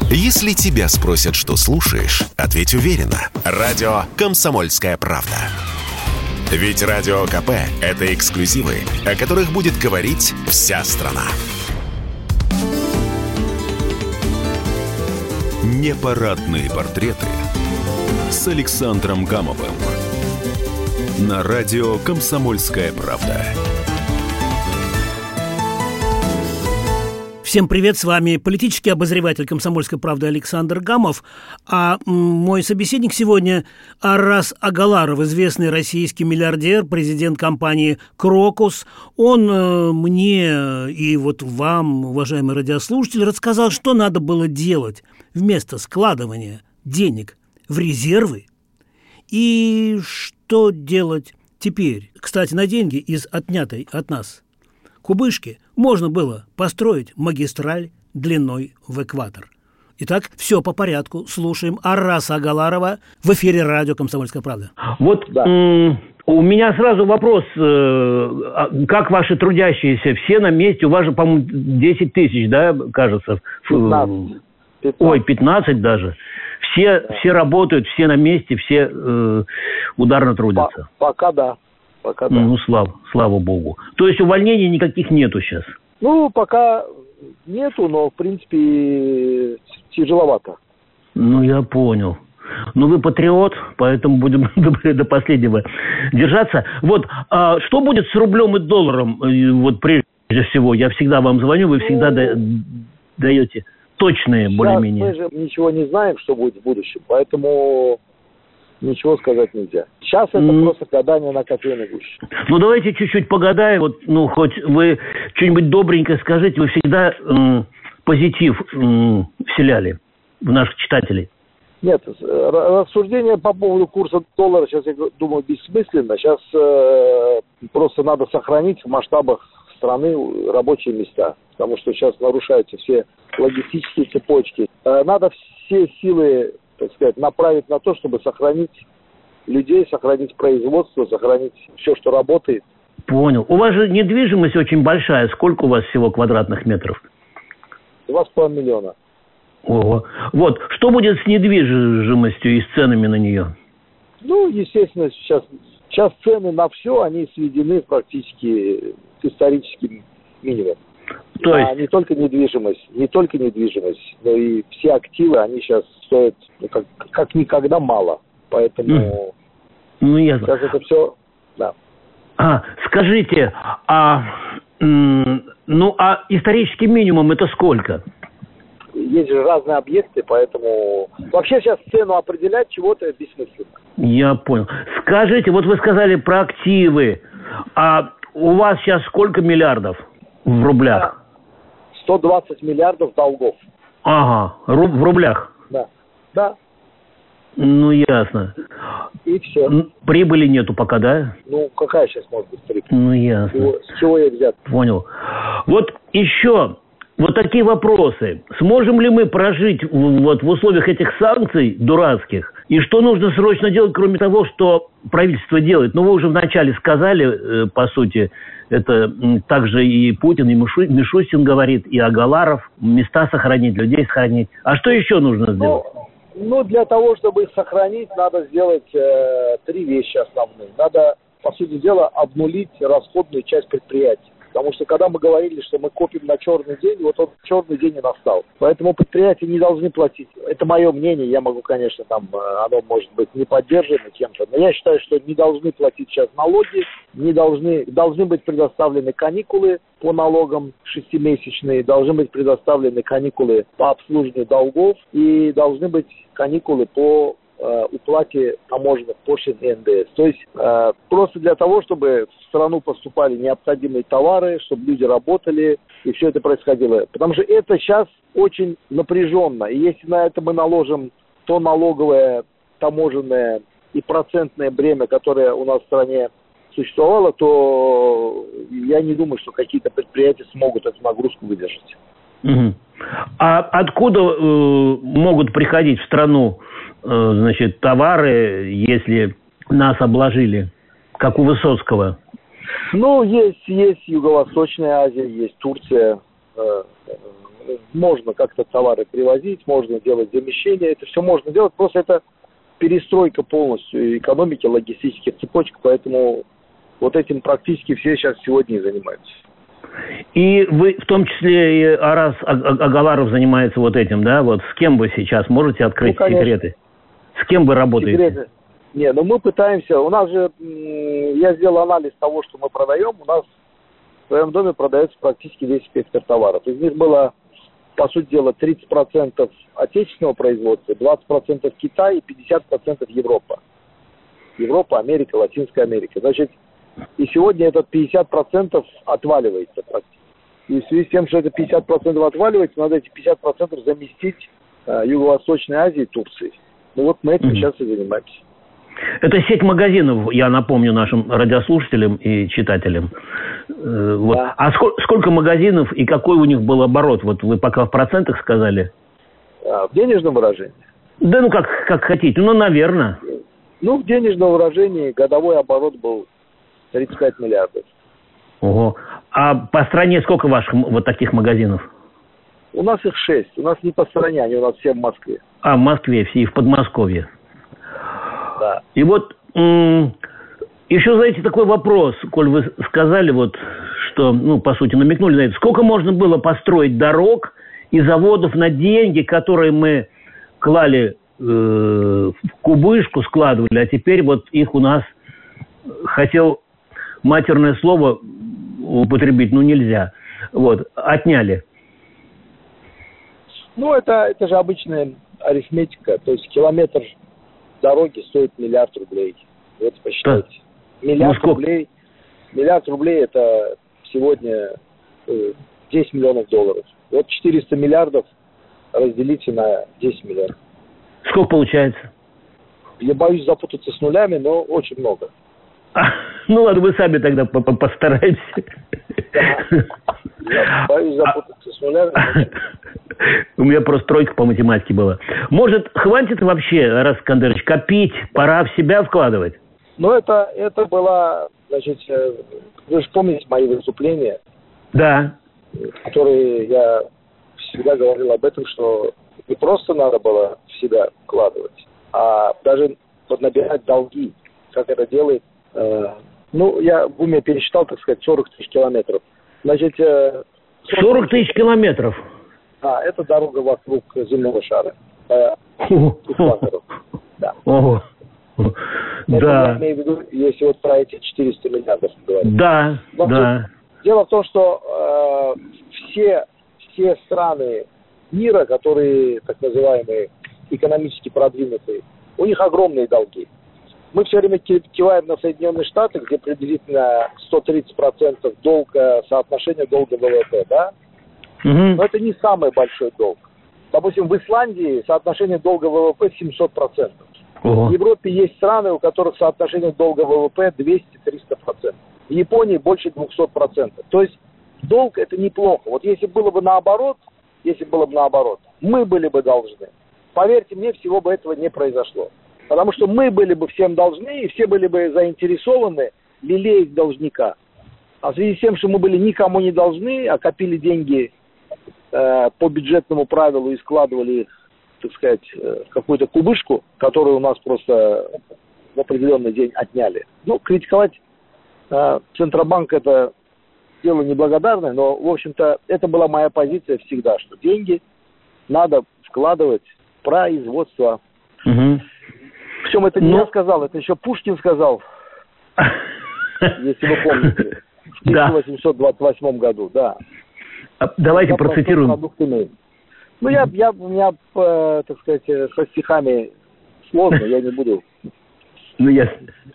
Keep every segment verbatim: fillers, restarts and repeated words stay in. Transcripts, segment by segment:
Если тебя спросят, что слушаешь, ответь уверенно. Радио «Комсомольская правда». Ведь Радио КП – это эксклюзивы, о которых будет говорить вся страна. Непарадные портреты с Александром Гамовым на радио «Комсомольская правда». Всем привет, с вами политический обозреватель «Комсомольской правды» Александр Гамов, а мой собеседник сегодня Арас Агаларов, известный российский миллиардер, президент компании «Крокус». Он э, мне и вот вам, уважаемые радиослушатели, рассказал, что надо было делать вместо складывания денег в резервы и что делать теперь. Кстати, на деньги из отнятой от нас кубышки можно было построить магистраль длиной в экватор. Итак, все по порядку. Слушаем Араса Агаларова в эфире радио «Комсомольская правда». Вот да. м- у меня сразу вопрос. Э- как ваши трудящиеся? Все на месте? У вас же, по-моему, десять тысяч, да, кажется? пятнадцать. пятнадцать. Ой, пятнадцать даже. Все, да. все работают, все на месте, все э- ударно трудятся. По- пока да. Пока да. Ну, слава, слава богу. То есть увольнений никаких нету сейчас? Ну, пока нету, но, в принципе, тяжеловато. Ну, я понял. Ну, вы патриот, поэтому будем до последнего держаться. Вот, а что будет с рублем и долларом? Вот прежде всего, я всегда вам звоню, вы всегда ну, даете точные более-менее. Мы же ничего не знаем, что будет в будущем, поэтому ничего сказать нельзя. Сейчас это mm. просто гадание на кофейной гуще. Ну, давайте чуть-чуть погадаем. Вот, ну, хоть вы что-нибудь добренькое скажите. Вы всегда м, позитив м, вселяли в наших читателей. Нет, рассуждение по поводу курса доллара сейчас, я думаю, бессмысленно. Сейчас э, просто надо сохранить в масштабах страны рабочие места. Потому что сейчас нарушаются все логистические цепочки. Э, надо все силы, так сказать, направить на то, чтобы сохранить людей, сохранить производство, сохранить все, что работает. Понял. У вас же недвижимость очень большая. Сколько у вас всего квадратных метров? Два с половиной миллиона. Ого. Вот. Что будет с недвижимостью и с ценами на нее? Ну, естественно, сейчас, сейчас цены на все, они сведены практически к историческим минимумам. То есть... А не только недвижимость, не только недвижимость, но и все активы, они сейчас стоят ну, как, как никогда мало. Поэтому mm. ну, ясно. Сейчас это все, да. А, скажите, а, м- ну, а исторический минимум это сколько? Есть же разные объекты, поэтому вообще сейчас цену определять чего-то бессмысленно. Я понял. Скажите, вот вы сказали про активы, а у вас сейчас сколько миллиардов в рублях? сто двадцать миллиардов долгов. Ага, Ру- в рублях? Да, да. Ну, ясно. И все. Прибыли нету пока, да? Ну, какая сейчас может быть прибыль? Ну, ясно. С чего, с чего я взят? Понял. Вот еще вот такие вопросы. Сможем ли мы прожить вот в условиях этих санкций дурацких? И что нужно срочно делать, кроме того, что правительство делает? Ну, вы уже вначале сказали, по сути, это также и Путин, и Мишустин говорит, и Агаларов. Места сохранить, людей сохранить. А что еще нужно сделать? Ну, ну для того, чтобы их сохранить, надо сделать э, три вещи основные. Надо, по сути дела, обнулить расходную часть предприятий. Потому что когда мы говорили, что мы копим на черный день, вот он черный день и настал. Поэтому предприятия не должны платить. Это мое мнение, я могу, конечно, там, оно может быть не поддержано кем-то, но я считаю, что не должны платить сейчас налоги, не должны, должны быть предоставлены каникулы по налогам шестимесячные, должны быть предоставлены каникулы по обслуживанию долгов и должны быть каникулы по уплате таможенных пошлин и эн дэ эс. То есть э, просто для того, чтобы в страну поступали необходимые товары, чтобы люди работали, и все это происходило. Потому что это сейчас очень напряженно. И если на это мы наложим то налоговое, таможенное и процентное бремя, которое у нас в стране существовало, то я не думаю, что какие-то предприятия смогут эту нагрузку выдержать. Угу. А откуда э, могут приходить в страну значит, товары, если нас обложили, как у Высоцкого? Ну, есть, есть Юго-Восточная Азия, есть Турция. можно как-то товары привозить, можно делать замещение, это все можно делать, просто это перестройка полностью экономики, логистических цепочек, поэтому вот этим практически все сейчас сегодня и занимаются. И вы, в том числе, и Арас Агаларов занимается вот этим, да? Вот с кем вы сейчас можете открыть ну, секреты? С кем вы работаете? Секреты. Не, ну мы пытаемся, у нас же, я сделал анализ того, что мы продаем, у нас в своем доме продается практически весь спектр товаров. Из них было, по сути дела, тридцать процентов отечественного производства, двадцать процентов Китай и пятьдесят процентов Европа. Европа, Америка, Латинская Америка. Значит, и сегодня этот пятьдесят процентов отваливается практически. И в связи с тем, что это пятьдесят процентов отваливается, надо эти пятьдесят процентов заместить э, Юго-Восточной Азией и Турцией. Ну вот мы этим mm-hmm. сейчас и занимаемся. Это сеть магазинов, я напомню нашим радиослушателям и читателям. Э, вот. Да. А сколько, сколько магазинов и какой у них был оборот? Вот вы пока в процентах сказали. А, в денежном выражении? Да ну как, как хотите, ну наверное. Ну в денежном выражении годовой оборот был тридцать пять миллиардов. Ого. А по стране сколько ваших вот таких магазинов? У нас их шесть. У нас не по стране, они у нас все в Москве. А, в Москве все, и в Подмосковье. Да. И вот м- еще, знаете, такой вопрос, коль вы сказали, вот, что, ну, по сути, намекнули на это. Сколько можно было построить дорог и заводов на деньги, которые мы клали э- в кубышку, складывали, а теперь вот их у нас, хотел матерное слово употребить, ну, нельзя. Вот, отняли. Ну, это, это же обычная арифметика. То есть километр дороги стоит миллиард рублей. Вот посчитайте. Да. Миллиард ну, рублей. Миллиард рублей это сегодня десять миллионов долларов. Вот четыреста миллиардов разделите на десять миллионов. Сколько получается? Я боюсь запутаться с нулями, но очень много. А, ну ладно, вы сами тогда постараетесь. Да. Я боюсь запутаться с нулями. У меня просто тройка по математике была. Может, хватит вообще, Арас Искандерович, копить? Пора в себя вкладывать? Ну, это, это было, значит, вы же помните мои выступления? Да. Которые я всегда говорил об этом, что не просто надо было в себя вкладывать, а даже поднабирать долги, как это делает. Э, ну, я в уме пересчитал, так сказать, сорок тысяч километров. Значит, э, сорок тысяч километров? А, это дорога вокруг земного шара. Э, да. Ого. Да. Я имею в виду, если вот про эти четыреста миллиардов говорить. Да, Значит, да. Дело в том, что э, все, все страны мира, которые, так называемые, экономически продвинутые, у них огромные долги. Мы все время киваем на Соединенные Штаты, где приблизительно сто тридцать процентов долга, соотношение долга ВВП, да? Угу. Но это не самый большой долг. Допустим, в Исландии соотношение долга ВВП семьсот процентов. Ого. В Европе есть страны, у которых соотношение долга ВВП двести-триста процентов. В Японии больше двести процентов. То есть долг это неплохо. Вот если было бы наоборот, если было бы наоборот, мы были бы должны. Поверьте мне, всего бы этого не произошло. Потому что мы были бы всем должны, и все были бы заинтересованы лелеять должника. А в связи с тем, что мы были никому не должны, а копили деньги э, по бюджетному правилу и складывали их, так сказать, э, в какую-то кубышку, которую у нас просто в определенный день отняли. Ну, критиковать э, Центробанк это дело неблагодарное, но, в общем-то, это была моя позиция всегда, что деньги надо вкладывать в производство. Угу. Причем это не ну... я сказал, это еще Пушкин сказал, если вы помните, в тысяча восемьсот двадцать восьмом году, да. Давайте процитируем. Ну, я, я, у меня, так сказать, со стихами сложно, я не буду. Ну, я...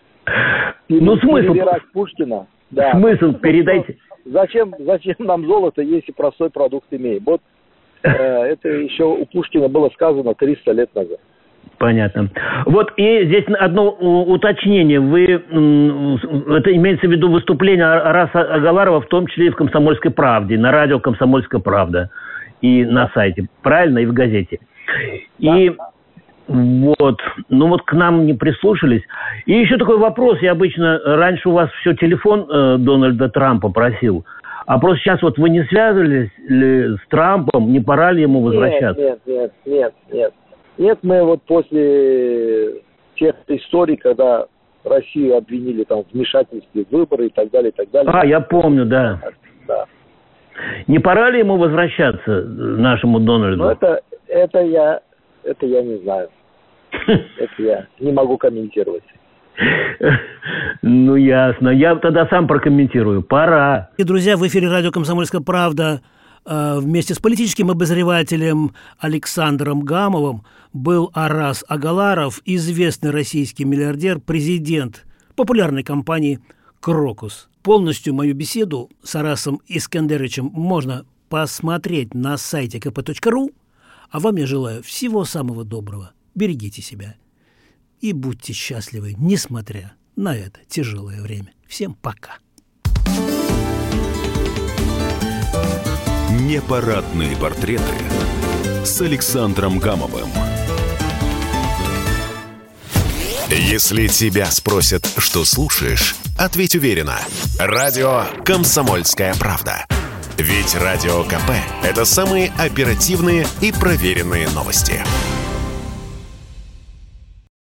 Ну, смысл... Пушкина. Да. Смысл передайте. Зачем, зачем нам золото, если простой продукт имеем? Вот э, это еще у Пушкина было сказано триста лет назад. Понятно. Вот и здесь одно уточнение. Вы, это имеется в виду выступление Араса Агаларова, в том числе и в «Комсомольской правде», на радио «Комсомольская правда» и на сайте, правильно, и в газете. Да. И вот, ну вот к нам не прислушались. И еще такой вопрос. Я обычно, раньше у вас все телефон э, Дональда Трампа просил. А просто сейчас вот вы не связывались ли с Трампом? Не пора ли ему возвращаться? Нет, нет, нет, нет, нет. Нет, мы вот после тех историй, когда Россию обвинили там в вмешательстве в выборы и так далее, и так далее. А, я помню, да. Да. Не пора ли ему возвращаться, нашему Дональду? Ну, это, это я, это я не знаю. Это я не могу комментировать. Ну, ясно. Я тогда сам прокомментирую. Пора. И, друзья, в эфире радио «Комсомольская правда» вместе с политическим обозревателем Александром Гамовым был Арас Агаларов, известный российский миллиардер, президент популярной компании «Крокус». Полностью мою беседу с Арасом Искендеровичем можно посмотреть на сайте ка пэ точка ру. А вам я желаю всего самого доброго. Берегите себя и будьте счастливы, несмотря на это тяжелое время. Всем пока. Непарадные портреты с Александром Гамовым. Если тебя спросят, что слушаешь, ответь уверенно. Радио «Комсомольская правда». Ведь Радио ка пэ – это самые оперативные и проверенные новости.